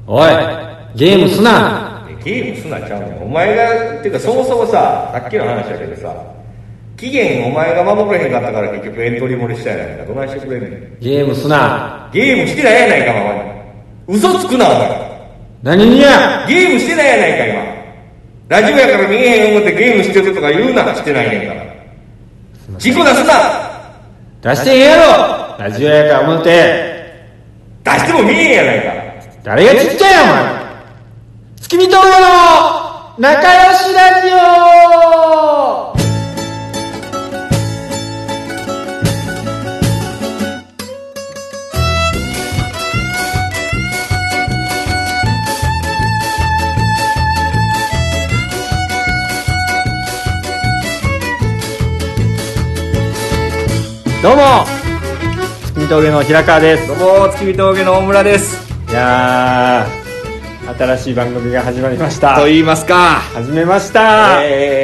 おい、ゲームすな。 ゲームすなちゃうねん。お前がっていうかそもそもさっきの話だけどさ、期限お前が守れへんかったから結局エントリー漏れしたやないか。どないしてくれんねん。 ゲームすな。 ゲームしてないやないかママに。嘘つくなお前。 何にや。 ゲームしてないやないか今。ラジオやから見えへん思ってゲームしてるとか言うな。してないねんから。事故出すな。 出してへんやろ。ラジオやから思って。 出しても見えへんやないか。 誰がちっちゃいやお前。月見峠の仲良しラジオ。どうも月見峠の平川です。 どうも月見峠の大村です。 いやー、新しい番組が始まりました。 と言いますか、 始めました。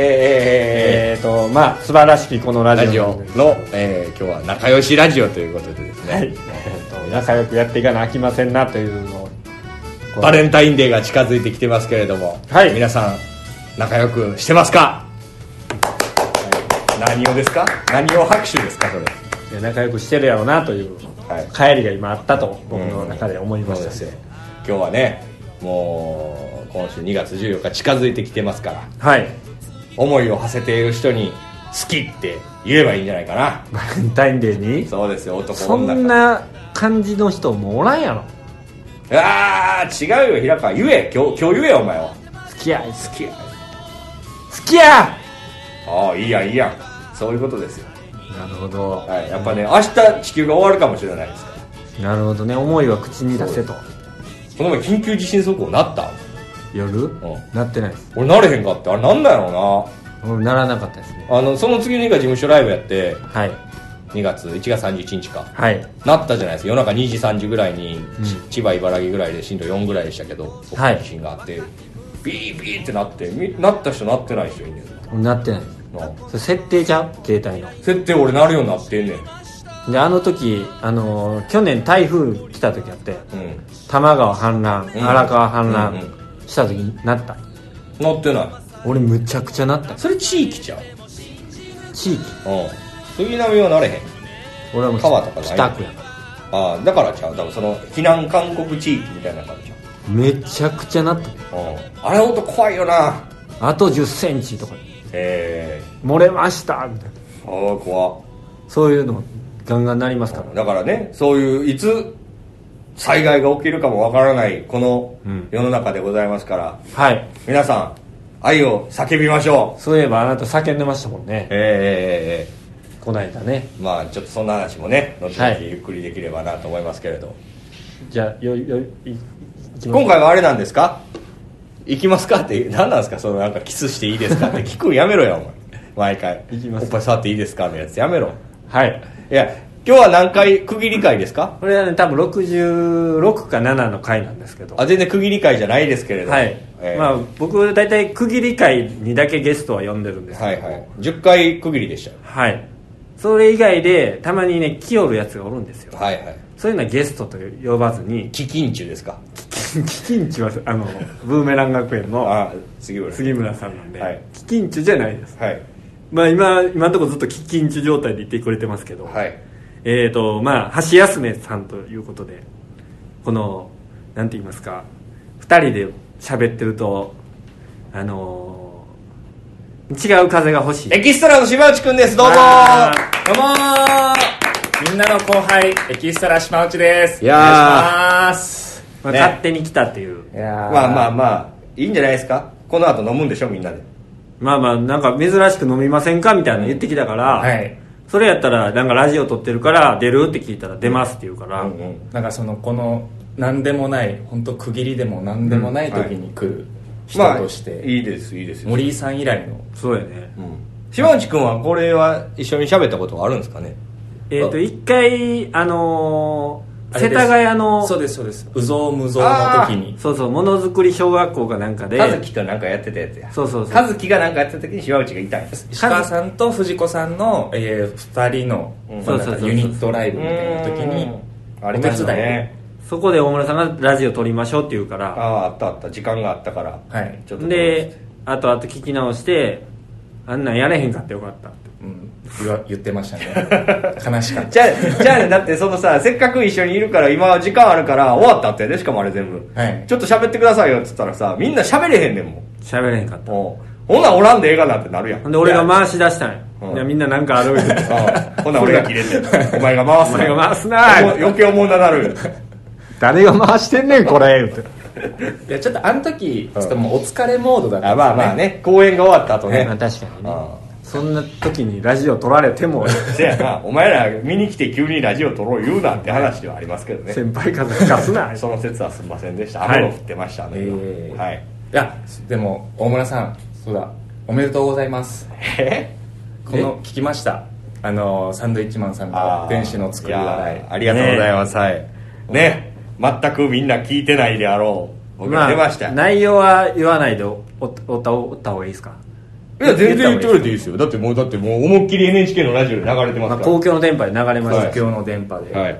まあ素晴らしきこのラジオの、今日は仲良しラジオということでですね、はい、 仲良くやっていかなあきませんなというのを、 バレンタインデーが近づいてきてますけれども、はい、皆さん仲良くしてますか？はい、何をですか？何を拍手ですかそれ？ いや仲良くしてるやろうなという、はい、帰りが今あったと僕の中で思いました、 そうですよ。今日はね、もう今週2月14日近づいてきてますから、 はい、 思いを馳せている人に好きって言えばいいんじゃないかな。 バレンタインデーに？ そうですよ。男そんな感じの人もうおらんやろ。 違うよ平川、言え。今日言えよお前は。 好きや好きや好きや。 ああ、いいやんいいやん、そういうことですよ。 なるほど、 はい、やっぱね、明日地球が終わるかもしれないですから。 なるほどね。思いは口に出せと。 この前緊急地震速報なった？ 夜、なってないです。 俺なれへんかって。あれなんだろうな。俺ならなかったですね。 その次の日が事務所ライブやって、 はい、 1月31日か、 はい、 なったじゃないですか。夜中2時3時ぐらいに、千葉茨城ぐらいで震度4ぐらいでしたけど、 はい、 地震があってビービーってなって、なった人なってない人いんねん。 なってない。それ設定ちゃう？携帯の設定俺なるようになってんねん。 で、あの時、去年台風来た時あって、多摩川氾濫、荒川氾濫した時になった？ なってない。 俺むちゃくちゃなった。 それ地域ちゃう？ 地域？ 杉並はなれへん。 俺はもう川とかない。 北区やから。 だからちゃう。多分その避難勧告地域みたいな感じちゃう。めちゃくちゃなった。 あれほんと怖いよな。 あと10センチとか漏れましたみたいな。 怖っ。 そういうのガンガンなりますから。 だからね、そういういつ災害が起きるかもわからないこの世の中でございますから、 はい、 皆さん愛を叫びましょう。 そういえばあなた叫んでましたもんね。こないだね。 まあちょっとそんな話もね、後々ゆっくりできればなと思いますけれど、 じゃあ今回はあれなんですか？行きますかって何なんですか？そのなんかキスしていいですかって聞くんやめろよお前。毎回行きます。 おっぱい触っていいですかのやつやめろ。 はい。 いや今日は何回区切り会ですか？ これはね多分66か7の回なんですけど。 全然区切り会じゃないですけれど。 はい。まあ僕大体区切り会にだけゲストは呼んでるんですけど。 はいはい。10回区切りでしたよ。 はい。それ以外でたまにね来よるやつがおるんですよ。 はいはい。 そういうのはゲストと呼ばずに。 キキンチュですか？ キキンチュはブーメラン学園の杉村さんなんで、はい、キキンチュじゃないです。はい。まあ今のところずっとキキンチュ状態でいてくれてますけど。はい。まあ橋休めさんということで、このなんて言いますか、2人で喋ってると違う風が欲しい。 エキストラの島内くんです。どうもどうもみんなの後輩エキストラ島内です。 お願いします。 勝手に来たっていう。 まあいいんじゃないですか。この後飲むんでしょみんなで。 まあなんか珍しく飲みませんかみたいなの言ってきたから、はい、それやったらなんかラジオ撮ってるから出るって聞いたら出ますって言うから、 なんかこの何でもない本当区切りでも何でもない時に来る人として、 いいですいいです。 森井さん以来の。 そうやね。 島内くんはこれは一緒に喋ったことはあるんですかね？ 一回世田谷のそうですうぞうむぞうの時に、 そうものづくり小学校かなんかで和樹となんかやってたやつや。 そう和樹がなんかやってた時に島内がいたんです。 石川さんと藤子さんの、2人の、ユニットライブみたいな時にありましたね。 そこで大村さんがラジオ撮りましょうって言うから、 あった時間があったから、 はい、 ちょっとであと聞き直して、あんなんやれへんかってよかったって、 言ってましたね。悲しかった。 じゃあね、だってそのさ、せっかく一緒にいるから今時間あるから終わったってね、しかもあれ全部、はい、ちょっと喋ってくださいよっつったらさ、みんな喋れへんねんもん。 喋れへんかった。 ほなおらんでええかなってなるやん。 で俺が回し出したんや。いやみんななんかあるよ。 ほな俺が切れてお前が回すな。 お前が回すな。 余計思んなる。 誰が回してんねんこれ言って。 いやちょっとあの時ちょっともうお疲れモードだったんですよね。 まあまあね、公演が終わった後ね。 確かにね。そんな時にラジオ撮られてもせやな、お前ら見に来て急にラジオ撮ろう言うなって話ではありますけどね。 先輩風吹かすな。 その説はすみませんでした。雨が降ってましたね。はい。 いやでも大村さん、そうだ、おめでとうございます。この聞きました。サンドイッチマンさんが電子の作り笑い、 ありがとうございます。はい。ね、全くみんな聞いてないであろう。僕が出ました。 内容は言わないでおった方がいいですか？ いや全然言ってくれていいですよ。だってもう思いっきり NHK のラジオで流れてますから。 公共の電波で流れました。 公共の電波で。はい。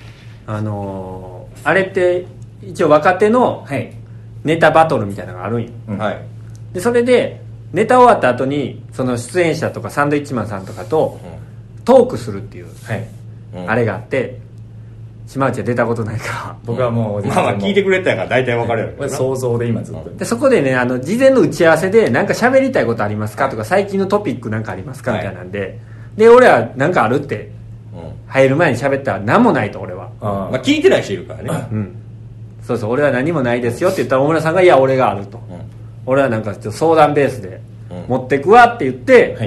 あれって一応若手のネタバトルみたいなのがあるんよ。はい。でそれでネタ終わった後にその出演者とかサンドイッチマンさんとかとトークするっていう、あれがあって、島内は出たことないから僕はもうまあ聞いてくれたから大体分かるよ。 これ想像で今ずっとでそこでね、事前の打ち合わせで何か喋りたいことありますかとか、最近のトピックなんかありますかみたいなんで、で俺は何かあるって入る前に喋ったら何もないと。俺はまあ聞いてない人いるからね。 そうそう、俺は何もないですよって言ったら大村さんがいや俺があると、俺はなんかちょっと相談ベースで持ってくわって言って、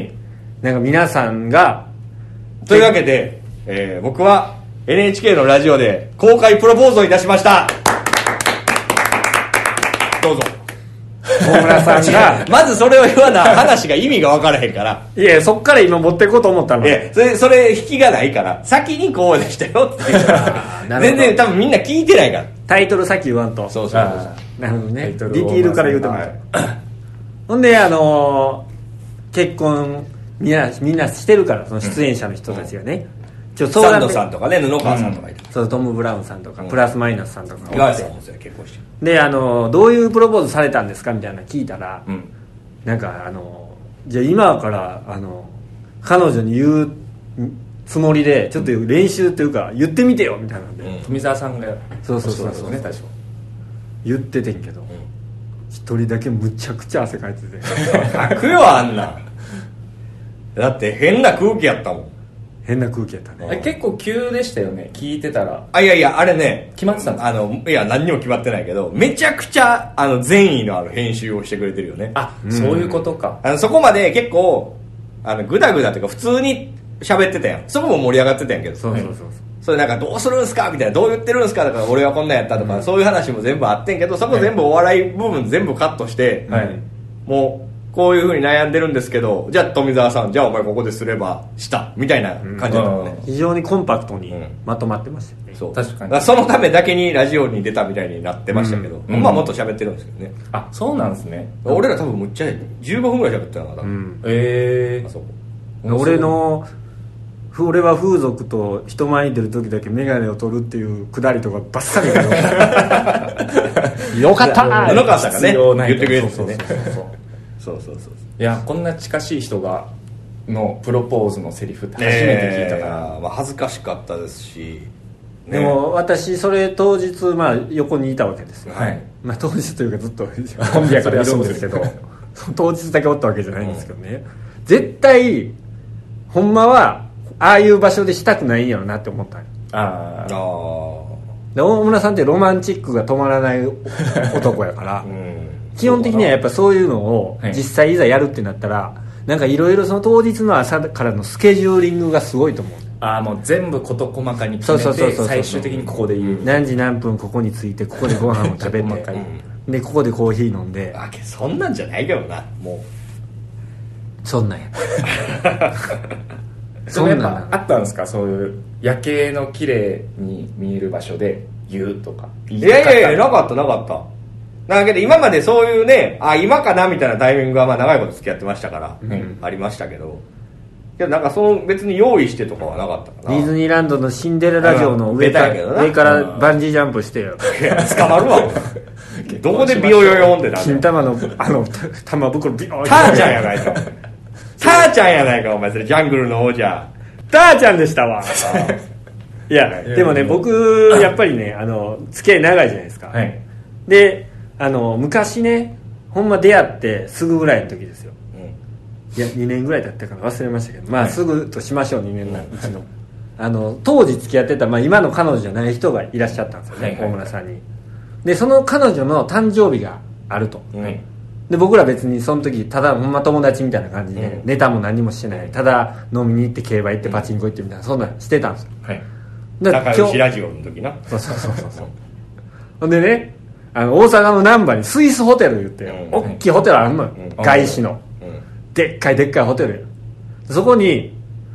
なんか皆さんがというわけで、僕は NHK のラジオで公開プロポーズをいたしました。どうぞ。 大村さんがまずそれを言わな話が意味が分からへんから。 いやそっから今持っていこうと思ったの。 それ引きがないから先にこうでしたよって言うから全然多分みんな聞いてないから。 タイトル先言わんと。 そうそうそう。 なるほどね。ディティールから言うてもらう。ほんで結婚みんなしてるから、その出演者の人たちがね、 サンドさんとかね、布川さんとかいて、 そうトム・ブラウンさんとか、プラスマイナスさんとかが結婚してでどういうプロポーズされたんですかみたいな聞いたら、なんかじゃあ今から彼女に言うつもりでちょっと練習というか言ってみてよみたいなんで、 富澤さんがそうね、確か言っててんけど、一人だけむちゃくちゃ汗かいてて書くよあんな。だって変な空気やったもん。 変な空気やったね。 結構急でしたよね、聞いてたら。 いやあれね、 決まってたんですか？ いや何にも決まってないけど、めちゃくちゃ善意のある編集をしてくれてるよね。 そういうことか。 そこまで結構グダグダというか普通に喋ってたやん。そこも盛り上がってたんやけど、それなんかどうするんすかみたいな、どう言ってるんすかとか、俺はこんなんやったとか、そういう話も全部あってんけど、そこ全部お笑い部分全部カットして、もうこういう風に悩んでるんですけど、じゃあ富澤さん、じゃあお前ここですればしたみたいな感じだったもんね。 非常にコンパクトにまとまってましたよね。 そう、確かに。そのためだけにラジオに出たみたいになってましたけど、まあもっと喋ってるんですけどね。 そうなんですね。 俺ら多分むっちゃ15分ぐらい喋ってたのかな。 俺は風俗と人前に出る時だけ眼鏡を取るっていうくだりとかバッサリよかったーよかったかね、言ってくれるんですよね。そういや、こんな近しい人がのプロポーズのセリフって初めて聞いたから、 恥ずかしかったですし、 でも私それ当日横にいたわけですよ。当日というかずっとコンビやからいるんですけど当日だけおったわけじゃないんですけどね、絶対ほんまはああいう場所でしたくないんやろなって思ったんよ。で大村さんってロマンチックが止まらない男やから基本的にはやっぱそういうのを実際いざやるってなったら、なんかいろいろその当日の朝からのスケジューリングがすごいと思う。 もう全部事細かに決めて、最終的にここで言う、 何時何分ここに着いて、ここでご飯を食べてでここでコーヒー飲んで。 そんなんじゃないけどな、もうそんなんやそれやっぱあったんですか、そういう夜景の綺麗に見える場所で言うとか。 いやなかっただけど今までそういうね、今かなみたいなタイミングは長いこと付き合ってましたから、ありましたけど、 いやなんかその別に用意してとかはなかったかな。 ディズニーランドのシンデレラ城の上からバンジージャンプしてよ。 いや捕まるわどこでビヨヨヨンってなん金玉の玉袋ビヨーン。 ターちゃんやないかターちゃんやないかお前。それジャングルの王者ターちゃんでしたわいやでもね僕やっぱりね付き合い長いじゃないですか、はい、で昔ねほんま出会ってすぐぐらいの時ですよ、いや2年ぐらいだったから忘れましたけど、まあすぐとしましょう。2年のうちの当時付き合ってた、まあ、今の彼女じゃない人がいらっしゃったんですよね、大村さんに。でその彼女の誕生日があると、で僕ら別にその時ただほんま友達みたいな感じで、ネタも何もしてない、ただ飲みに行って競馬行ってパチンコ行ってみたいな、そんなんしてたんですよ、 仲良しラジオの時な。 そうほんでね大阪の難波にスイスホテル言ってよ、大きいホテルあるのよ、外資の、でっかいホテルや。そこに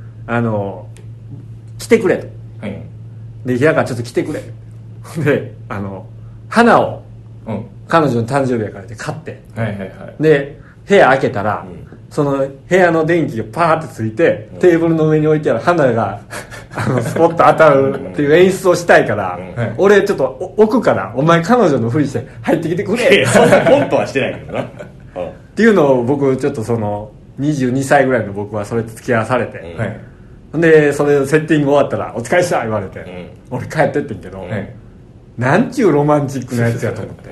来てくれと、で平川ちょっと来てくれで花を、彼女の誕生日やからって買って、で部屋開けたら、その部屋の電気がパーってついて、テーブルの上に置いてある花がスポッと当たるっていう演出をしたいから、俺ちょっと置くからお前彼女のふりして入ってきてくれそんなコントはしてないけどなっていうのを僕ちょっと22歳ぐらいの僕はそれと付き合わされて、でそれセッティング終わったら「お疲れした!」言われて、俺帰ってってんけど、なんちゅうロマンチックなやつやと思って、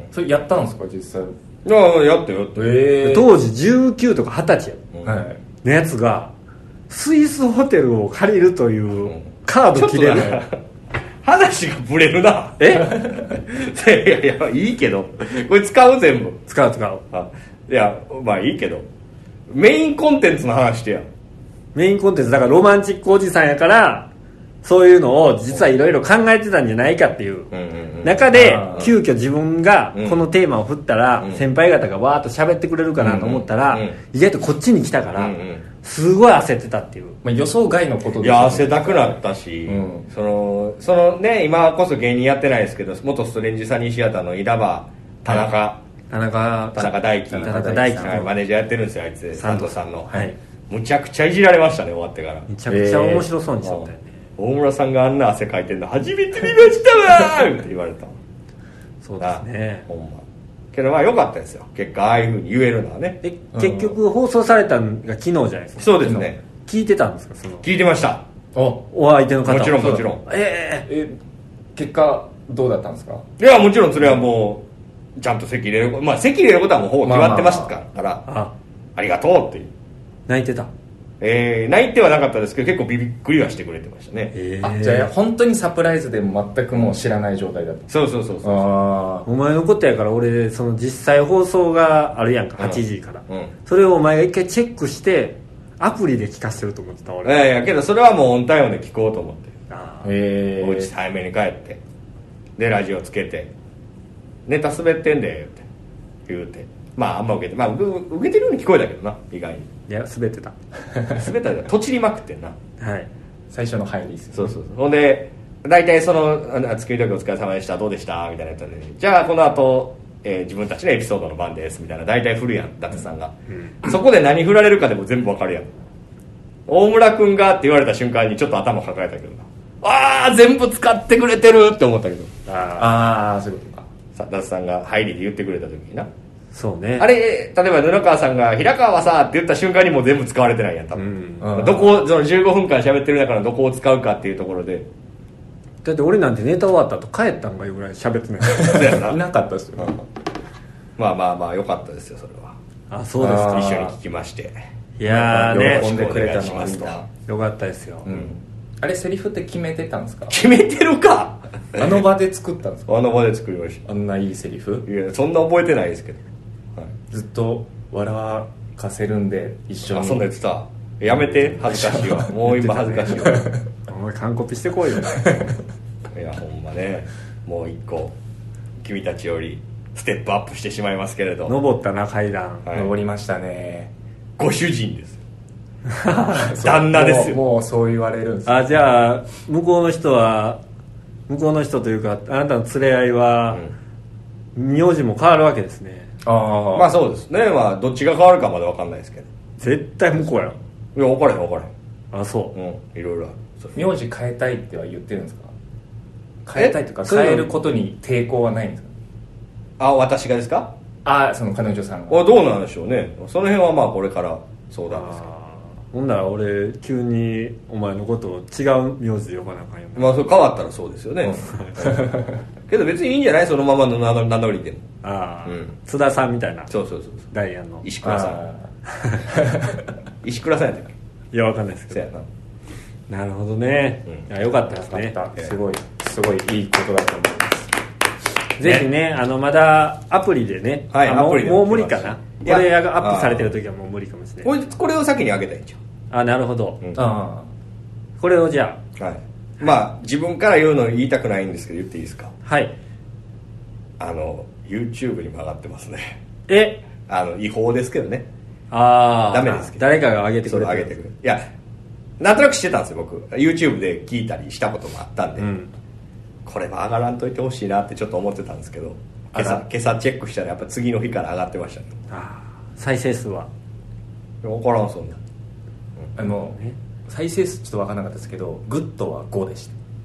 それやったんですか実際。 やったよ、 当時19とか20歳や、のやつがスイスホテルを借りるというカード切れる話がブレるな。いやいいけどこれ使う、全部使う。 いやまあいいけどメインコンテンツの話してや。 メインコンテンツだからロマンチックおじさんやからそういうのを実はいろいろ考えてたんじゃないかっていう中で、急遽自分がこのテーマを振ったら先輩方がわーっと喋ってくれるかなと思ったら意外とこっちに来たからすごい焦ってたっていう、 予想外のことですよね。 いや汗だくなったし、そのね今こそ芸人やってないですけど元ストレンジサニーシアターの稲葉田中大輝マネージャーやってるんですよ、あいつサンドさんの、むちゃくちゃいじられましたね終わってから。 めちゃくちゃ面白そうにしちゃったよね。 大村さんがあんな汗かいてんの初めて見ましたわって言われた。 そうですね、 ほんまけどまあ良かったですよ結果ああいうふうに言えるのはね。 結局放送されたのが昨日じゃないですか。 そうですね。 聞いてたんですか？ 聞いてました。 お相手の方もちろん結果どうだったんですか？ いやもちろんそれはもうちゃんと席入れる、席入れることはもうほぼ決まってましたから、ありがとうっていう。 泣いてた？ 泣いてはなかったですけど結構びっくりはしてくれてましたね。 じゃあ本当にサプライズでも全くもう知らない状態だった。 そうお前のことやから俺その実際放送があるやんか、8時から、それをお前が一回チェックしてアプリで聞かせてると思ってた俺。 いやけどそれはもうオンタイムで聞こうと思って、お家早めに帰ってでラジオつけてネタ滑ってんでって言うて、あんま受けて受けてるように聞こえたけどな、意外に。 いや滑ってたとちりまくってんな。 最初の入りですよね。 そうほんで大体作り時お疲れ様でしたどうでしたみたいなやつで、じゃあこの後、自分たちのエピソードの番ですみたいな大体振るやん伊達さんが、そこで何振られるかでも全部わかるやん。大村君がって言われた瞬間にちょっと頭抱えたけどな、全部使ってくれてるって思ったけど、 そういうことか。 伊達さんが入りで言ってくれた時にな。 そうね。 あれ例えば布川さんが平川はさって言った瞬間にもう全部使われてないやん多分、どこその15分間喋ってる中のどこを使うかっていうところで。 だって俺なんてネタ終わった後帰ったんがいうぐらい喋ってないいなかったですよ。 まあ良かったですよそれは。 そうですか。 一緒に聞きまして、 いやーね、 喜んでくれたのはよかったですよ、 あれセリフって決めてたんですか？ 決めてるかあの場で作ったんですか？ あの場で作りました。 あんないいセリフ？ いやそんな覚えてないですけど、 ずっと笑わかせるんで一緒に。 そんなやつさやめて、恥ずかしいわもう今恥ずかしいわお前完コピしてこいよいやほんまね、もう一個君たちよりステップアップしてしまいますけれど。 登ったな階段、 登りましたね。 ご主人です旦那ですよ。 もうそう言われるんです。 じゃあ向こうの人というかあなたの連れ合いは、名字も変わるわけですね。 そうですね。どっちが変わるかまで分かんないですけど絶対向こうやろ。 いや分からへん分からへん。 あ、そう。 いろいろ名字変えたいっては言ってるんですか？変えたいというか変えることに抵抗はないんですか？ あ、私がですか？ その彼女さんが。 どうなんでしょうね。その辺はまあこれから相談ですけど。 ほんなら俺急にお前のことを違う名字で呼ばなあかんよね。 まあそれ変わったらそうですよね。けど別にいいんじゃない？そのままの名乗りでも。 津田さんみたいな。 そうダイアンの石倉さん。石倉さんやったっけ？ いやわかんないですけど。そうやな。なるほどね。よかったですね。 すごいいいことだと思います。 ぜひね、まだアプリでね、もう無理かな。これがアップされてる時はもう無理かもしれない。 これを先に上げたいんじゃん。なるほど。これをじゃあ、 はい。まあ自分から言うの言いたくないんですけど言っていいですか？ はい。 YouTube にも上がってますね。違法ですけどね。ダメですけど。 誰かが上げてくれる。上げてくれる。いや、なんとなく知ってたんですよ僕。YouTube で聞いたりしたこともあったんで、これは上がらんといてほしいなってちょっと思ってたんですけど、今朝チェックしたらやっぱ次の日から上がってましたね。 再生数は分からん。そんな再生数ちょっと分からなかったですけど、グッドは5でした。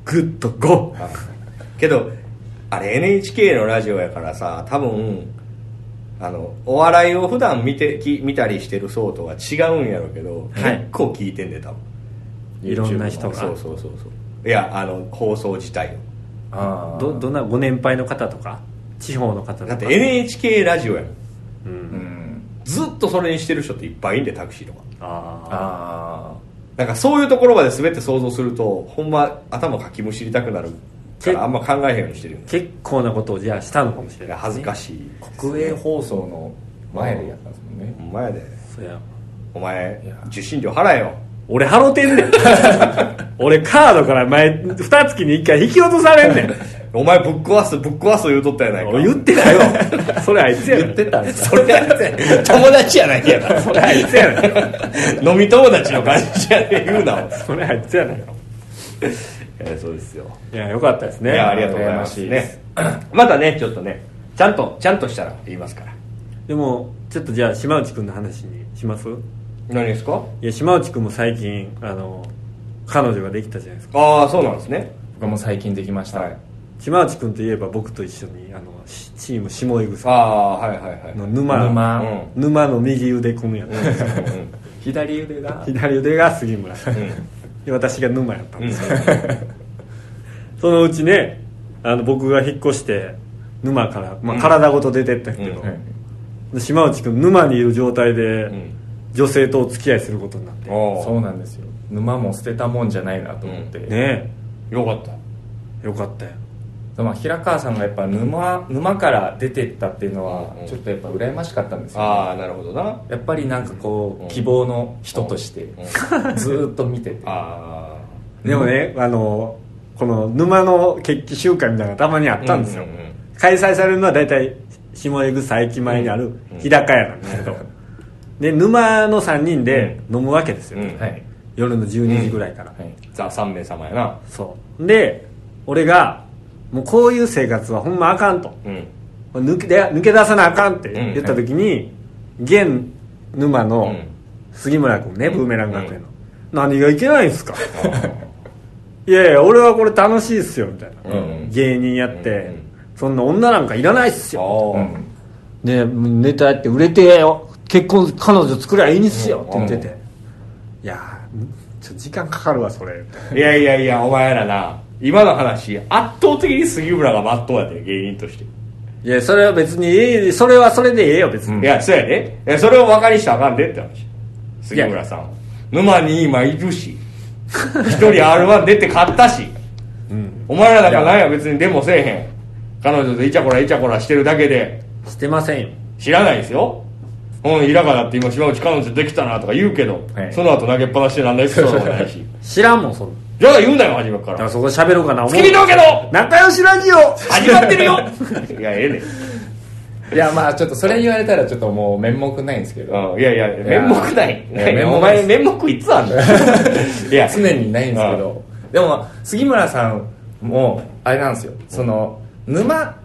グッド 5？ けどあれ NHK のラジオやからさ、多分お笑いを普段見たりしてる層とは違うんやろうけど、結構聞いてんで多分いろんな人が。 そういや放送自体を。どんなご年配の方とか地方の方とか。 だって NHK ラジオやもん。ずっとそれにしてる人っていっぱいいんで、タクシーとか。なんかそういうところまで全て想像するとほんま頭かきむしりたくなるからあんま考えへんようにしてる。 結構なことをじゃあしたのかもしれない。 恥ずかしい。 国営放送の前でやったんですもんね。 お前で。 そうや。 お前受信料払えよ。 俺払うてんねん。俺カードから前2月に1回引き落とされんねん。 お前ぶっ壊す言うとったやないか。 言ってないよ。それあいつやねん。 言ってたんですか？ それあいつやねん。友達やないやな。 それあいつやねん。飲み友達の感じやねん言うな。 それあいつやねんよ。 そうですよ。 いやよかったですね。 いやありがとうございますね。またねちょっとねちゃんとしたら言いますから。 でもちょっとじゃあ島内くんの話にします？ 何ですか？ いや島内くんも最近彼女ができたじゃないですか。 ああそうなんですね。 僕も最近できました。 島内くんといえば僕と一緒にチーム下井草の沼の右腕組むやつ。 左腕が杉村さん。で私が沼やったんですよ。そのうちね僕が引っ越して沼から、体ごと出てったけど、島内くん沼にいる状態で女性とお付き合いすることになって。 そうなんですよ。沼も捨てたもんじゃないなと思って、 ねよかったよ。 平川さんがやっぱ沼から出てったっていうのはちょっとやっぱ羨ましかったんですよ、ね。 ああなるほどな。 やっぱりなんかこう希望の人としてずっと見てて。 でもねこの沼の決起集会みたいなのがたまにあったんですよ。開催されるのは大体下井草駅前にある日高屋なんですけど、で沼の3人で飲むわけですよ、夜の12時ぐらいから、 ザ3名様やな。 そうで俺がもうこういう生活はほんまあかんと、抜け出さなあかんって言った時に、現沼の杉村君ね、ブーメラン学園の、何がいけないんすかいやいや俺はこれ楽しいっすよみたいな、芸人やって、そんな女なんかいらないっすよ、でネタやって売れて結婚彼女作りゃいいんすよって言ってて、いやちょっと時間かかるわそれ。 いやお前らな今の話圧倒的に杉村がまっとうやで芸人として。 いやそれは別にそれはそれでええよ別に、 いやそうやで、それをバカにしたらあかんでって話。杉村さん沼に今いるし一人 R1 出て勝ったし、お前らだから何や別にデモせえへん。彼女とイチャコラしてるだけで。 してませんよ。 知らないですよ。平川だって今島内彼女できたなとか言うけど、その後投げっぱなしで何のエピソードもないし知らんもんそんな。 じゃあ言うんだよ初めから。だからそこ喋ろうかな思う。 好きにどうけど仲良しラジオ始まってるよいやええねいやまあちょっとそれ言われたらちょっともう面目ないんですけど、 いや面目ないお前面目いつあんのいや常にないんですけど、でも杉村さんもあれなんですよ、その沼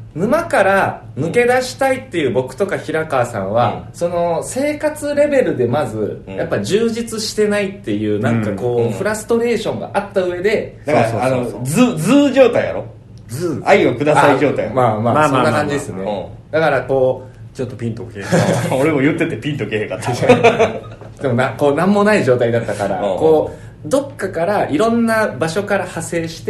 沼から抜け出したいっていう僕とか平川さんは、その生活レベルでまずやっぱ充実してないっていうなんかこうフラストレーションがあった上で、 だからズ状態やろ、愛をください状態。 まあそんな感じですね。だからこうちょっとピンとけへん俺も言っててピンとけへんかったでもこう何もない状態だったから、こうどっかからいろんな場所から派生して、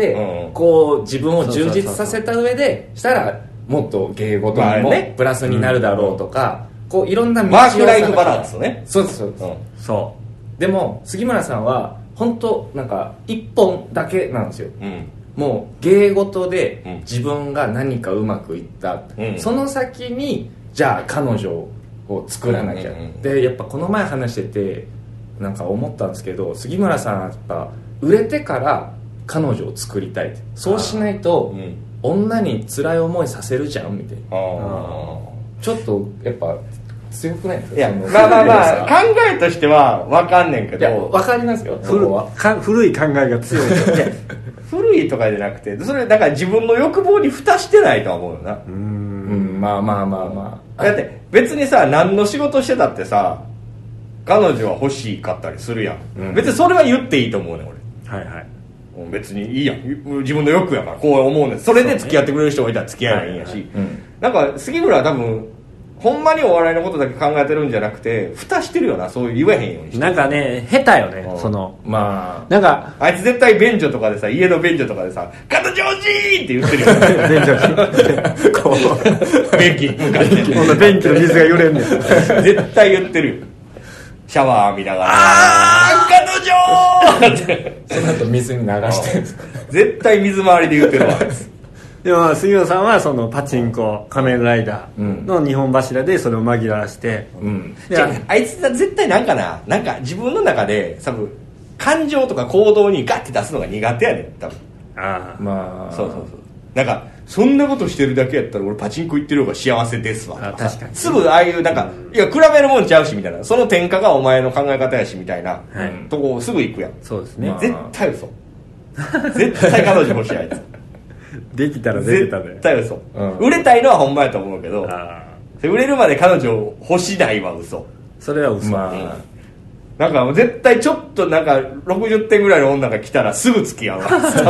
こう自分を充実させた上でしたらもっと芸事にもプラスになるだろうとか、こういろんな道をワークライフバランスね。 そうでも杉村さんは本当なんか一本だけなんですよ、もう芸事で自分が何かうまくいった、その先にじゃあ彼女を作らなきゃ、でやっぱこの前話しててなんか思ったんですけど、杉村さんはやっぱ売れてから彼女を作りたいって、そうしないと、女に辛い思いさせるじゃんみたいな、ちょっとやっぱ強くないですか？いやまあ考えとしては分かんねんけど、 分かりますよ、 古い考えが強い古いとかじゃなくて、それだから自分の欲望に蓋してないとは思うよな。 まあだって別にさ、何の仕事してたってさ、彼女は欲しかったりするやん、別にそれは言っていいと思うねん俺。別にいいやん、自分の欲やからこう思うねん。それで付き合ってくれる人がいたら付き合えばいいんやし、なんか杉村は多分ほんまにお笑いのことだけ考えてるんじゃなくて蓋してるよな、そういう言えへんようにして。 なんかね下手よね、そのまあなんかあいつ絶対便所とかでさ、家の便所とかでさ「彼女欲しい!」って言ってるよね便所にこう便器に向かってこの便器の水が揺れんねん絶対言ってるよ、シャワー浴びながら「あー彼女!」ってその後水に流してるんですか？ 絶対水回りで言ってるわでも杉野さんはそのパチンコ仮面ライダーの2本柱でそれを紛らわして、 あいつは絶対なんか自分の中で多分感情とか行動にガッて出すのが苦手やねん多分。そうなんかそんなことしてるだけやったら俺パチンコ行ってる方が幸せですわとか、 確かにすぐああいうなんか、いや比べるもんちゃうしみたいな、その転嫁がお前の考え方やしみたいな、とこすぐ行くやん。 そうですね、 絶対嘘絶対彼女欲しいあいつできたら出てたで絶対嘘、売れたいのはほんまやと思うけど、売れるまで彼女欲しないは嘘。 それは嘘、 なんか絶対ちょっとなんか60点ぐらいの女が来たらすぐ付き合うわ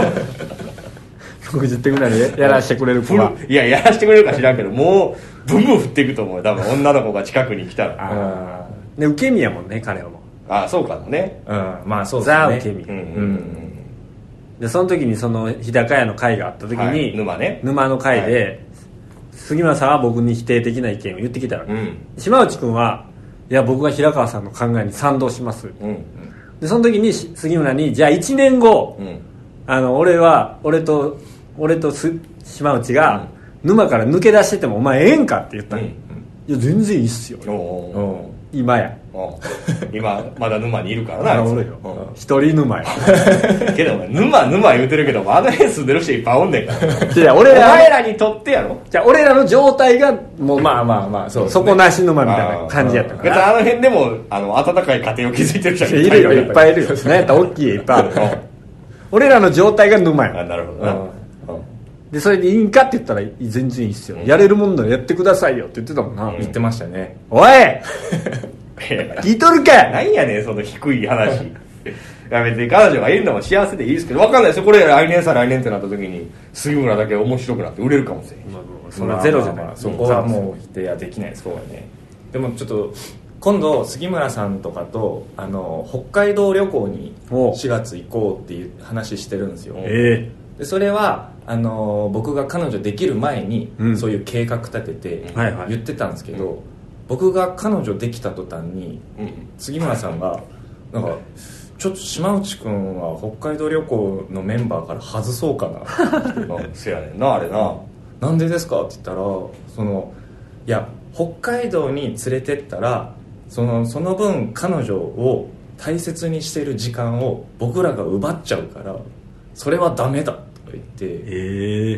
60点ぐらいでやらせてくれる子は、 いややらせてくれるか知らんけど、もうブンブン振っていくと思うよ多分女の子が近くに来たら。 で受け身やもんね彼はもう。そうかね、 まあそうですね、 ザ受け身、でその時にその日高屋の会があった時に、沼の会で、杉村さんは僕に否定的な意見を言ってきたら、島内君はいや僕が平川さんの考えに賛同します、でその時に杉村にじゃあ1年後、俺と島内が沼から抜け出しててもお前ええんかって言ったの、いや全然いいっすよ今や今まだ沼にいるからな、 俺よ一人沼やけど沼言うてるけどあの辺住んでる人いっぱいおんねんからじゃあお前らにとってやろ、 じゃあ俺らの状態がもうまあ底なし沼みたいな感じやったから、 別にあの辺でも温かい家庭を築いてる人いるよ、いっぱいいるよね、やったら大きい家いっぱいある俺らの状態が沼や。 なるほどな、 でそれでいいんかって言ったら全然いいっすよ、やれるもんならやってくださいよって言ってたもんな、 言ってましたね。 おい聞いとるか。 なんやねんその低い話いや別に彼女がいるのも幸せでいいですけど、分かんないですよ、これ来年ってなった時に杉村だけ面白くなって売れるかもしれん、 それはゼロじゃない、 そこはもう否定はできないですからね。でもちょっと今度杉村さんとかと北海道旅行に4月行こうっていう話してるんですよ、でそれは僕が彼女できる前にそういう計画立てて言ってたんですけど、僕が彼女できた途端に杉村さんがなんかちょっと島内くんは北海道旅行のメンバーから外そうかなせやねんなあれな、 なんでですかって言ったらいや北海道に連れてったらその分彼女を大切にしてる時間を僕らが奪っちゃうからそれはダメだとか言って、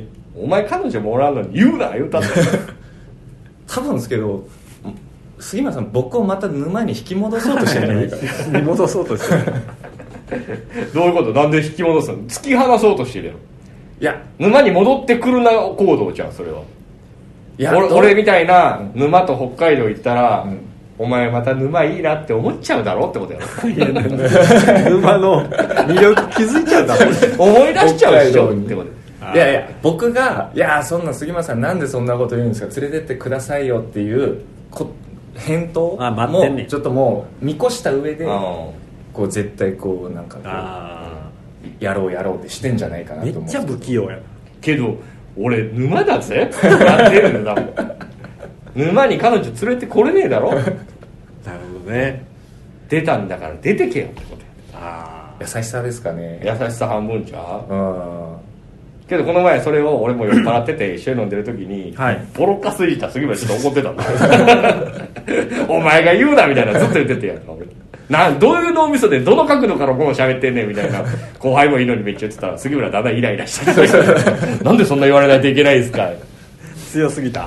お前彼女もおらんのに言うな言うたんだよ多分ですけど杉村さん僕をまた沼に引き戻そうとしてるんじゃないか引き戻そうとしてるどういうこと？なんで引き戻すの？突き放そうとしてるやろ。 いや沼に戻ってくるな行動じゃんそれは。 俺みたいな沼と北海道行ったら、お前また沼いいなって思っちゃうだろってことやろ。 沼の魅力気づいちゃうだろ思い出しちゃうでしょってこと。 いや僕がそんな杉村さんなんでそんなこと言うんですか、連れてってくださいよっていう返答もちょっともう見越した上でこう絶対こうなんかこうやろうってしてんじゃないかなと思う。 めっちゃ不器用やけど俺沼だぜってなってるんだもん。沼に彼女連れてこれねえだろ。なるほどね。 出たんだから出てけよってことや。優しさですかね。 優しさ半分ちゃう。けどこの前それを俺も酔っ払ってて一緒に飲んでる時に、ボロカスいた杉村ちょっと怒ってたんだ。お前が言うなみたいなずっと言っててやんか俺。どういう脳みそでどの角度からこう喋ってんねんみたいな後輩もいいのにめっちゃ言ってたら杉村だんだんイライラしてなんでそんな言われないといけないんですか。 強すぎた。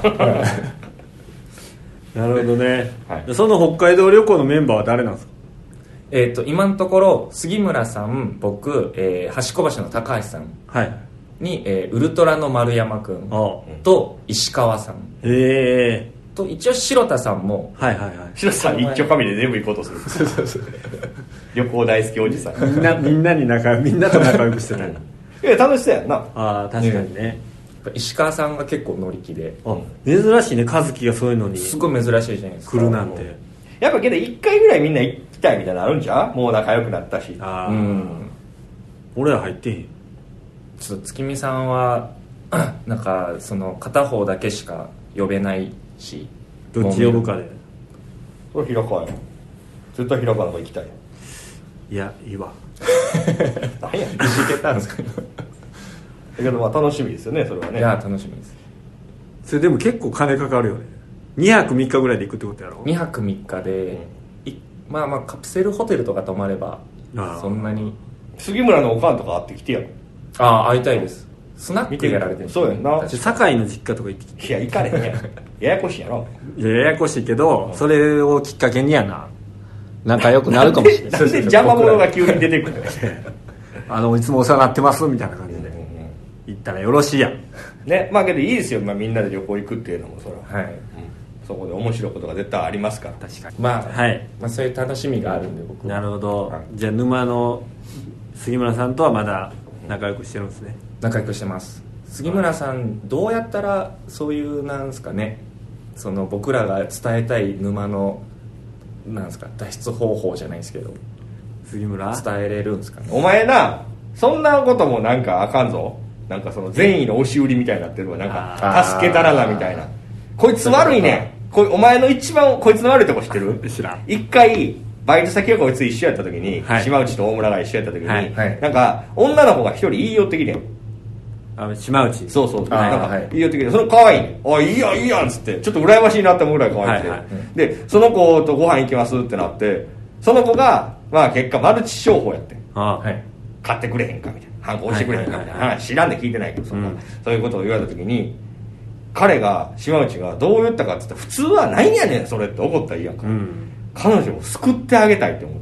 なるほどね、その北海道旅行のメンバーは誰なんですか。 今のところ杉村さん、僕、端小橋の高橋さんに、ウルトラの丸山くんと石川さんと一応白田さんも、 白田さん一丁紙で全部行こうとする。旅行大好きおじさん。 みんなと仲良くしてた。 いや楽しそうやんな。 確かにね。 石川さんが結構乗り気で、 珍しいね、和樹がそういうのにすごい珍しいじゃないですか。 来るなんて。 やっぱけど1回ぐらいみんな行きたいみたいなのあるんじゃん。もう仲良くなったし。 俺ら入ってへん。 ちょっと月見さんはなんかその片方だけしか呼べないし、 どっち呼ぶかで。 それ平川や。絶対平川の方行きたい。 いやいいわ。 何やいじけたんですか。 だけどまあ楽しみですよねそれはね。 いや楽しみです。 それでも結構金かかるよね。2泊3日ぐらいで行くってことやろ。 2泊3日で、まあカプセルホテルとか泊まればそんなに。 杉村のおかんとか会ってきてやる。 会いたいです。スナックやられてる。 そうやんな。 堺の実家とか行ってきて。 いや行かれへんやん。ややこしいやろ。 いやややこしいけど、それをきっかけにやな仲良くなるかもしれない。 なんで邪魔者が急に出てくるのいつもお世話になってますみたいな感じで行ったらよろしいやんね。まあけどいいですよ、みんなで旅行行くっていうのもそれは、そこで面白いことが絶対ありますから。 確かにまあそういう楽しみがあるんで僕は。 なるほど、じゃあ沼の杉村さんとはまだ仲良くしてるんですね。 仲良くしてます。杉村さんどうやったらそういうなんですかね、その僕らが伝えたい沼のなんですか脱出方法じゃないですけど杉村伝えれるんですかね。 お前なそんなこともなんかあかんぞ。なんかその善意の押し売りみたいになってるわ。なんか助けたらなみたいな。こいつ悪いねん。お前の一番こいつの悪いとこ知ってる？ 知らん。 一回バイト先がこいつ一緒やった時に、島内と大村が一緒やった時に、なんか女の子が一人言い寄ってきてん。 島内。 そうそう。なんか言い寄ってきて、その可愛いねん。いいやんいいやんっつってちょっと羨ましいなって思うぐらい可愛くて、でその子とご飯行きますってなって、その子がまあ結果マルチ商法やってん。買ってくれへんかみたいな、ハンコ押してくれへんかみたいな話知らんで聞いてないけど、そういうことを言われた時に彼が島内がどう言ったかって言ったら、普通はないやねんそれって怒ったらいいやんか、彼女を救ってあげたいって思って。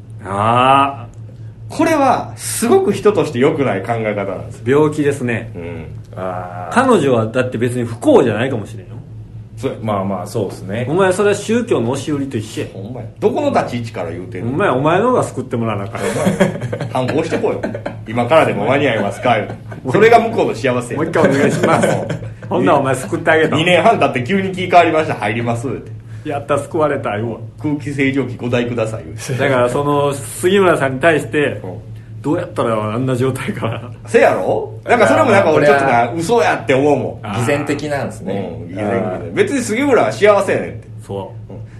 これはすごく人として良くない考え方なんです。 病気ですね。彼女はだって別に不幸じゃないかもしれんよ。 まあそうですね。 お前それは宗教の押し売りと一緒や。 お前どこの立ち位置から言うてんの。 お前の方が救ってもらわなあかん。 反抗してこいよ。今からでも間に合いますか。それが向こうの幸せや。 もう一回お願いします。ほんならお前救ってあげた。 2年半経って急に気変わりました、入りますって。 やった救われたよ。 空気清浄機5台ください。 だからその杉村さんに対してどうやったらあんな状態からせやろ。なんかそれもなんか俺ちょっとな嘘やって思うもん。 偽善的なんですね。 別に杉村は幸せやねんって。 そう、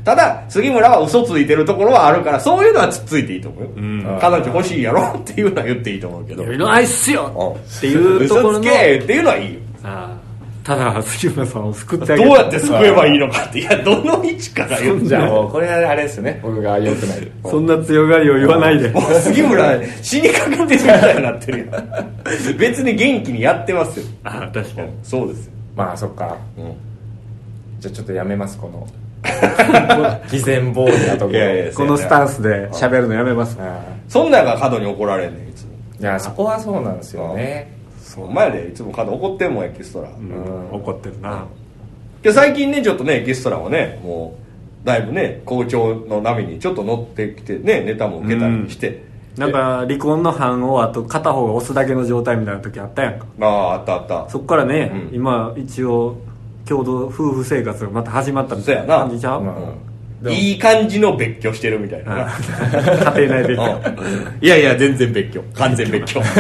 ただ杉村は嘘ついてるところはあるから、そういうのはつっついていいと思うよ、彼女欲しいやろっていうのは言っていいと思うけど、 いらないっすよっていうところの嘘つけっていうのはいいよ。 ただ杉村さんを救ってあげる。 どうやって救えばいいのかって、いやどの位置から言うんじゃあもうこれはあれですね、僕が良くないそんな強がりを言わないで。 もう杉村死にかかってるみたいになってるやん。別に元気にやってますよ。 確かにそうですよ。 まあそっか、じゃあちょっとやめます、この偽善暴力なところ。 このスタンスで喋るのやめます。 そんなんが角に怒られんねんいつも。 いやそこはそうなんですよね。 お前でいつも角怒ってんもんエキストラ。 怒ってるな。 最近ねちょっとねゲストらはねもうだいぶね好調の波にちょっと乗ってきてねネタも受けたりして、 なんか離婚の判をあと片方が押すだけの状態みたいな時あったやんか。 あったあった。 そっからね、今一応共同夫婦生活がまた始まったみたいな感じちゃう。 いい感じの別居してるみたいな家庭内別居いやいや全然別居、完全別居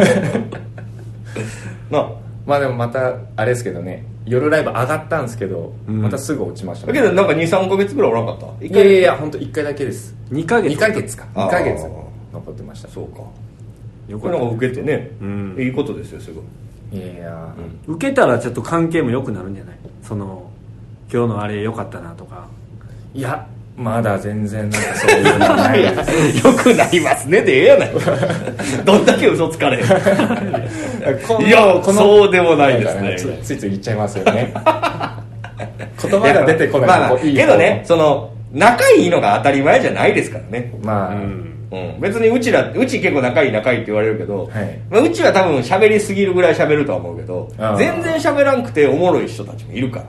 なあ、まあでもまたあれですけどね、夜ライブ上がったんですけど、またすぐ落ちました、 ね、だけどなんか 2,3 ヶ月ぐらいおらんかった？ いやいや本当1回だけです。 2ヶ月か2ヶ月残ってました。 そうか、よくなんか受けてね、いいことですよすごい。 いや、 受けたらちょっと関係も良くなるんじゃない？その今日のあれ良かったなとか。 いやまだ全然なんかそういうのはないですよくなりますねでええやないどんだけ嘘つかれへんいやそうでもないですね、 ついつい言っちゃいますよね言葉が出てこない、 まあ、けどねその仲いいのが当たり前じゃないですからね。 まあ、 別にうち結構仲いいって言われるけど、まあ、うちは多分喋りすぎるぐらい喋るとは思うけど全然喋らんくておもろい人たちもいるから、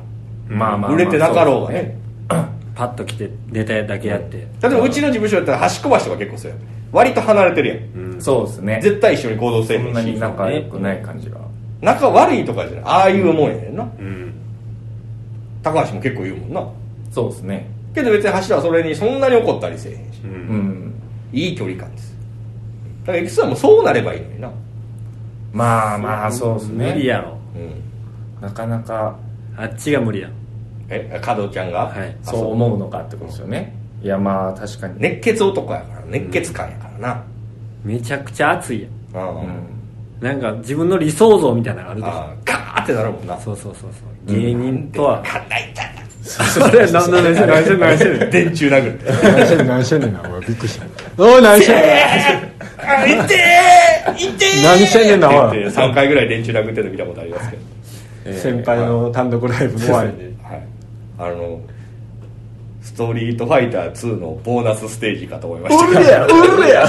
まあまあ、 売れてなかろうがね、 パッと来てネタだけやって、 例えばうちの事務所やったら端っこ橋とか結構そうや割と離れてるやん、 そうですね、 絶対一緒に行動せえへんし、 そんなに仲良くない感じが、 仲悪いとかじゃない、ああいうもんやねんな、高橋も結構言うもんな。 そうですね、 けど別に橋はそれにそんなに怒ったりせえへんし、いい距離感です。だからエキスはもうそうなればいいのにな。 まあまあそうですね、 無理やろ、 なかなかあっちが無理やん。 加藤ちゃんが、 そう思うのかってことですよね。いやまあ確かに熱血男やから熱血感やからな、 めちゃくちゃ熱いやん、なんか自分の理想像みたいなのがあるでしょ。 ガーってなるもんな。 そう芸人とはかんないんだそれ何してんねん電柱殴って何してんねんな、おいびっくりしたおい何してんねんいって何してんねんなおい 3回ぐらい電柱殴ってるの見たことありますけど、 先輩の単独ライブの終わりに、 ストリートファイター2のボーナスステージかと思いました。 うるや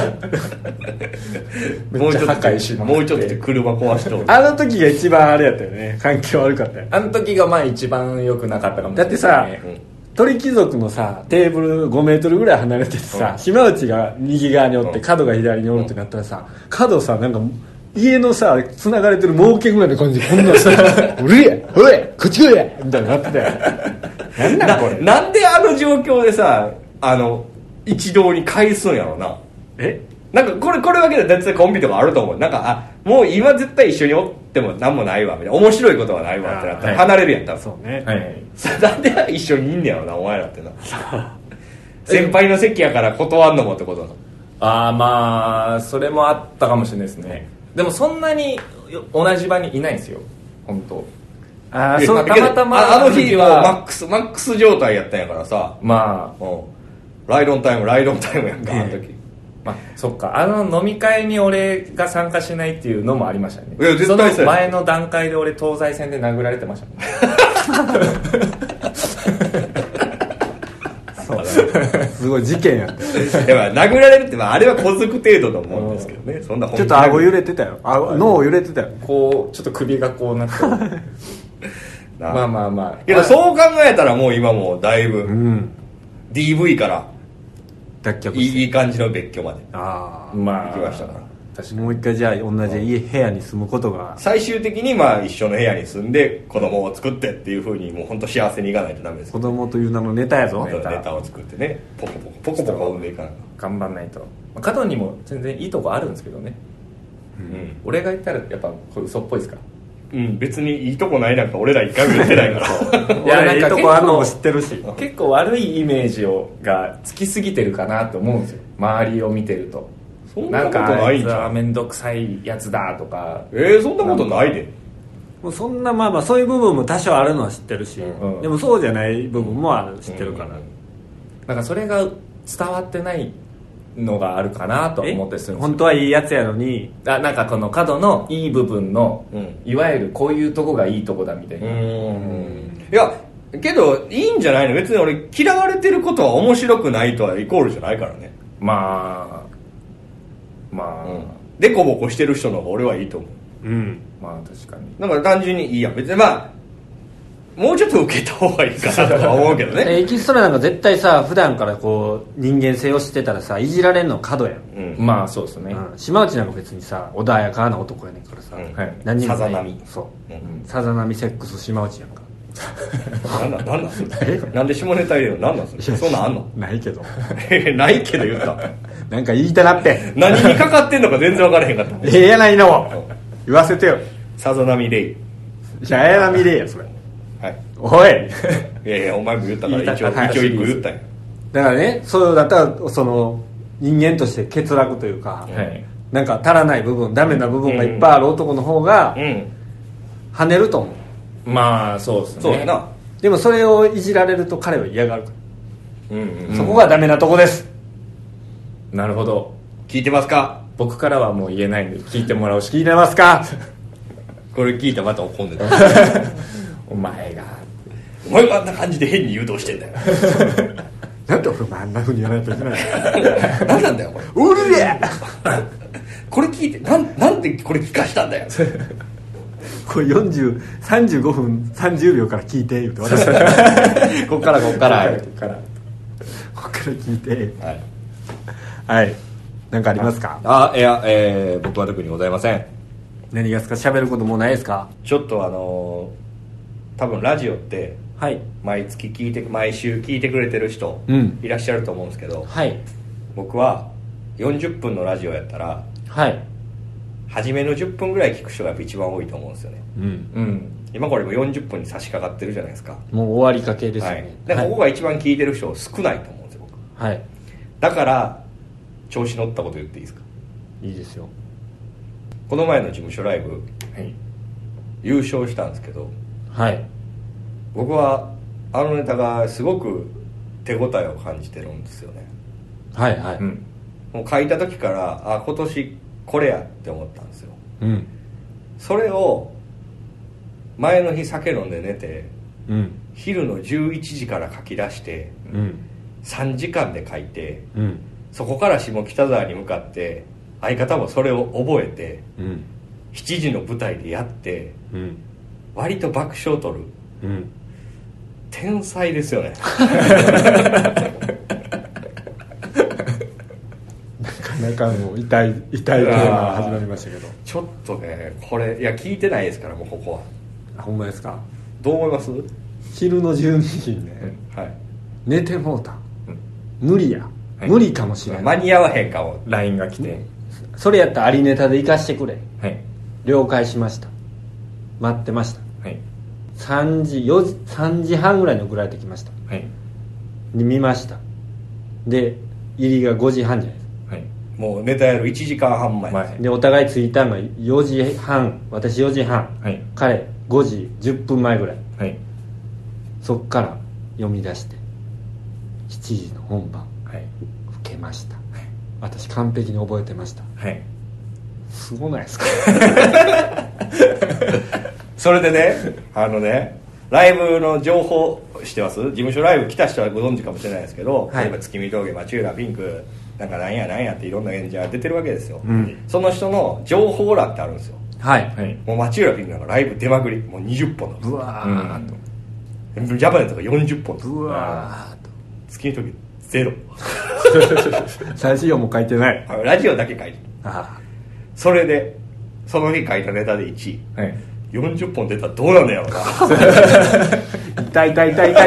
もうちょっとで車壊しとあの時が一番あれやったよね、環境悪かったよ。 あの時がまあ一番良くなかったかもしれない、 だってさ、鳥貴族のさテーブル5メートルぐらい離れててさ、島内が右側におって角が左におるってなったらさ、角さなんか家のさ繋がれてる猛犬ぐらいの感じでこんなさうるやおいこっち来いやみたいになってたよなんなんこれなんであの状況でさ一堂に返すんやろな。なんかこれだけで絶対コンビとかあると思う。なんかもう今絶対一緒におっても何もないわみたいな、面白いことはないわってなったら離れるやん多分。 そうね、 なんで一緒にいんねやろなお前らってな先輩の席やから断んのもってことな。 まあそれもあったかもしれないですね。でもそんなに同じ場にいないんですよ本当。 そうたまたまあの日はマックス状態やったんやからさ、 まあライドオンタイムやんかあの時。 まあそっか、飲み会に俺が参加しないっていうのもありましたね。 いや絶対その前の段階で俺東西線で殴られてましたもんすごい事件やった殴られるって、あれは小づく程度のもんですけどね、そんなちょっと顎揺れてたよ、脳揺れてたよ、 こうちょっと首がこうなってまあけどそう考えたらもう今もだいぶ DV から脱却いい感じの別居までまあ行きましたから、 もう一回じゃあ同じ部屋に住むことが最終的に一緒の部屋に住んで子供を作ってっていうふうにもう本当幸せにいかないとダメです。 子供という名のネタやぞ、 ネタを作ってねポコポコ産んでいかないと頑張んないと。加藤にも全然いいとこあるんですけどね、俺が言ったらやっぱこれ嘘っぽいですか。 別にいいとこないなんか俺ら一回も言ってないからいやなんかいいとこあるのも知ってるし結構悪いイメージがつきすぎてるかなと思うんですよ、周りを見てると。 そんなことないんじゃん。 なんかあいつは面倒くさいやつだとかそんなことないで。 もうそんなそういう部分も多少あるのは知ってるし、でもそうじゃない部分も知ってるから、 なんかそれが伝わってないのがあるかなと思ってするんですよ。 本当はいいやつやのになんかこの角のいい部分の、いわゆるこういうとこがいいとこだみたいな。 いやけどいいんじゃないの。別に俺嫌われてることは面白くないとはイコールじゃないからね。でこぼこしてる人の方が俺はいいと思う。 まあ確かに。 だから単純にいいやん別にももうちょっと受けた方がいいかなとは思うけどねエキストラなんか絶対さ普段からこう人間性を知ってたらさいじられんの角やん、 まあそうですね、 島内なんか別にさ穏やかな男やねんからさ、 何にもさざ波そう、さざ波セックス島内やんかなんなんそれなんで下ネタ入れるのなんなんそれそんなんあんのないけどないけど言ったなんか言いたなって何にかかってんのか全然分からへんかったやないの言わせてよさざ波レイじゃあやなみれやそれはい、 おいいやお前も言ったから一応一個言ったんやだからねそうだったらその人間として欠落というか、なんか足らない部分ダメな部分がいっぱいある男の方が跳ねると思う、 まあそうですねそうやなでもそれをいじられると彼は嫌がるから、そこがダメなとこです。 なるほど。 聞いてますか？ 僕からはもう言えないんで聞いてもらうしか。 聞いてますか？ これ聞いたらまた怒んでたお前があんな感じで変に誘導してんだよなんで俺もあんな風にやらないといけない何なんだよこれうるれこれ聞いてなんでこれ聞かしたんだよこれ35分30秒から聞いて言うて私こっから聞いてはい何かありますか？ いや、僕は特にございません。 何がですか？喋ることもないですか？ ちょっと多分ラジオって毎週聞いてくれてる人いらっしゃると思うんですけど、僕は40分のラジオやったら初めの10分ぐらい聞く人がやっぱ一番多いと思うんですよね、今これも40分に差し掛かってるじゃないですか。 もう終わりかけですよね、 だからここが一番聞いてる人少ないと思うんですよ僕。だから調子乗ったこと言っていいですか？ いいですよ。 この前の事務所ライブ、優勝したんですけど、僕はあのネタがすごく手応えを感じてるんですよね。もう書いた時から今年これやって思ったんですよ、それを前の日酒飲んで寝て、昼の11時から書き出して、3時間で書いて、そこから下北沢に向かって相方もそれを覚えて、7時の舞台でやって、割と爆笑を取る、天才ですよねなかなかもう痛いテーマが始まりましたけど、 ちょっとねこれいや聞いてないですからもうここは。 ほんまですか？ どう思います？ 昼の12時にね、寝てもうた、無理や、無理かもしれない、 間に合わへんかも LINE が来て、 それやったらありネタで行かしてくれ、了解しました、待ってました、3時半ぐらいに送られてきました、で見ました。で入りが5時半じゃないですか、 もうネタやる1時間半前でお互い着いたのが4時半、私4時半、彼5時10分前ぐらい、そっから読み出して7時の本番、受けました、私完璧に覚えてました、すごないですかそれでねライブの情報してます？事務所ライブ来た人はご存知かもしれないですけど、例えば月見峠、町浦ピンクなんかなんやっていろんな演者が出てるわけですよ、その人の情報欄ってあるんですよ。もう町浦ピンクなんかライブ出まくり、もう20本のブワーッと、ジャパネとか40本ブワーッと、月見峠ゼロ最初も書いてない、 ラジオだけ書いてる。それでその日書いたネタで1位、40本出たらどうなんだよな痛い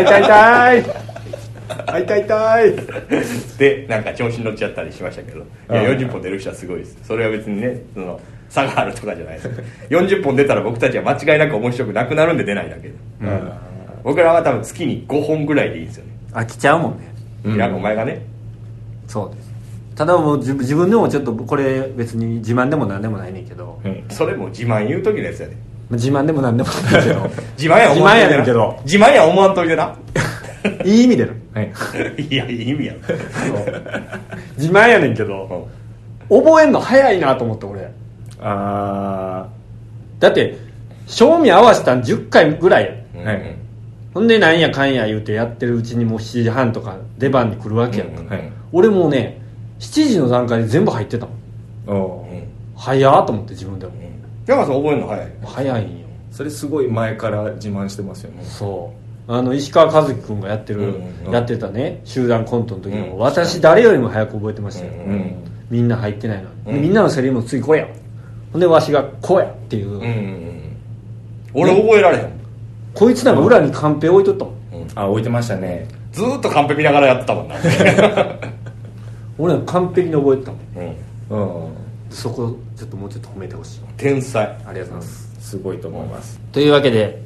でなんか調子に乗っちゃったりしましたけど、いや40本出る人はすごいです。それは別にねその差があるとかじゃないです40本出たら僕たちは間違いなく面白くなくなるんで出ないだけで、僕らは多分月に5本ぐらいでいいんですよね。 飽きちゃうもんね、 いやお前がね。 そうです。ただもう自分でもちょっとこれ別に自慢でもなんでもないねんけど、 それも自慢言う時のやつやで。 自慢でもなんでもないけど自慢や思わんといてな。自慢や思わんといてないい意味でな、 いやいい意味や自慢やねんけど、覚えんの早いなと思って俺。だって賞味合わせたん10回ぐらいや、ほんでなんやかんや言うてやってるうちにもう7時半とか出番に来るわけやんか、俺もうね7時の段階で全部入ってたもん、早ーと思って自分でも。 山さん覚えるの早い？ 早いんよ。 それすごい前から自慢してますよね。 そう石川和樹君がやってたね集団コントの時も、私誰よりも早く覚えてましたよ、みんな入ってないのに、みんなのセリフもついこうや、ほんでわしがこうやっていう、 俺覚えられへん。 こいつなんか裏にカンペ置いとったもん、 置いてましたね。 ずーっとカンペ見ながらやってたもんな俺は完璧に覚えてたもん、そこちょっともうちょっと褒めてほしい。 天才。 ありがとうございます、 すごいと思います。 というわけで、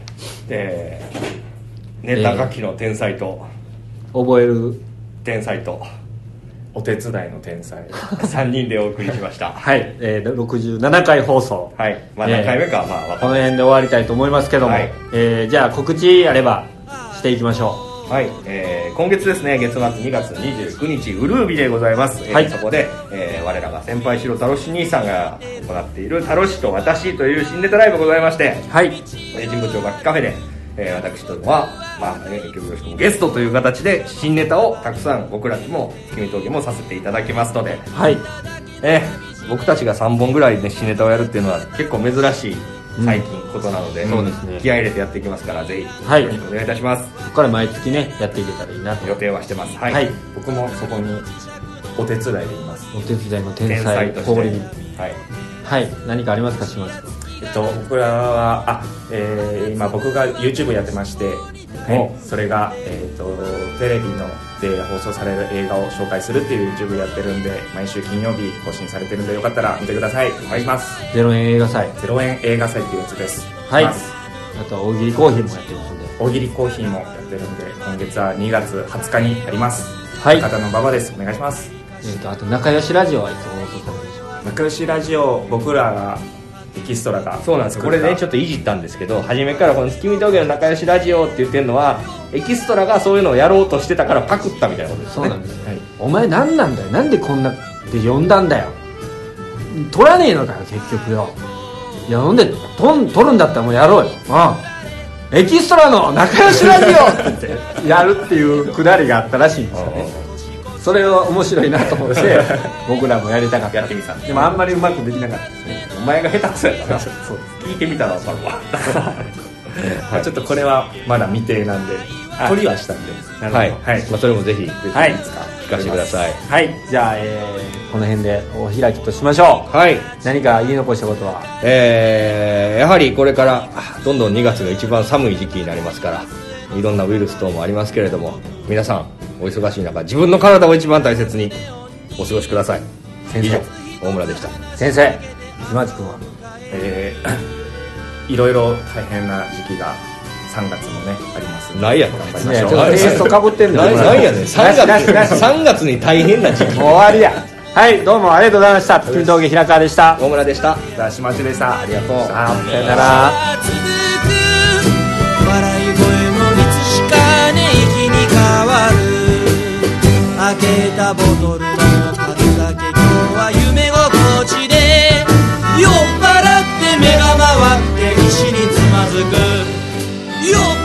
ネタ書きの天才と、 覚える天才とお手伝いの天才 3人でお送りしましたはい、67回放送、 はい、まあ何回目か、 この辺で終わりたいと思いますけども、じゃあ告知あればしていきましょう。はい、今月ですね、月末2月29日ウルービでございます、そこで、我らが先輩白太郎氏兄さんが行っている太郎氏と私という新ネタライブございまして、神保町楽器カフェで、私とは、結局ゲストという形で新ネタをたくさん僕らにも君峠もさせていただきますので、僕たちが3本ぐらいで新ネタをやるっていうのは結構珍しい最近ことなので、気合い入れてやっていきますから、ぜひお願いいたします。 ここから毎月ねやっていけたらいいなと予定はしてます。 僕もそこにお手伝いでいます。 お手伝いの天才として、 何かありますか、島津君。 僕らは今僕が YouTube やってまして、それが、テレビで放送される映画を紹介するっていう YouTube やってるんで、毎週金曜日更新されてるんで、よかったら見てください。お願いします。 0円映画祭 0円映画祭っていうやつです。 あとは大喜利コーヒーもやってますんで、 大喜利コーヒーもやってるんで、今月は2月20日にやります。博多の馬場です。お願いします。 あと仲良しラジオはいつ放送されるでしょうか。 仲良しラジオ、僕らがエキストラが、 そうなんです。これねちょっといじったんですけど、初めからこの月見峠の仲良しラジオって言ってるのは、エキストラがそういうのをやろうとしてたからパクったみたいなことですね。 そうなんです、お前何なんだよ、なんでこんなで呼んだんだよ、取らねえのかよ結局よ。いや、ほんで取るんだったらもうやろうよ、エキストラの仲良しラジオって言ってやるっていうくだりがあったらしいんですよね。それを面白いなと思って僕らもやりたかった。 やってみた。 でもあんまりうまくできなかったですね。 お前が下手くそやったな。聞いてみたら分かるわちょっとこれはまだ未定なんで、取りはしたんで、 それもぜひいつか聞かせてください。 じゃあ、この辺でお開きとしましょう。何か言い残したことは。 やはりこれからどんどん2月が一番寒い時期になりますから、いろんなウイルス等もありますけれども、皆さんお忙しい中、自分の体を一番大切にお過ごしください。 先生、 大村でした。 先生、島地君は。 いろいろ大変な時期が3月もねありますので、 ないやん、 頑張りましょう。 テイストかぶってんだよ。 ないやねん、3月に大変な時期。 終わりや。どうもありがとうございました。月見峠平川でした。 大村でした。 島地でした。 ありがとう。 さよなら。 笑い声もいつしかね息に変わる。開けたボトルの数だけ今日は夢心地で、酔っ払って目が回って石につまずく。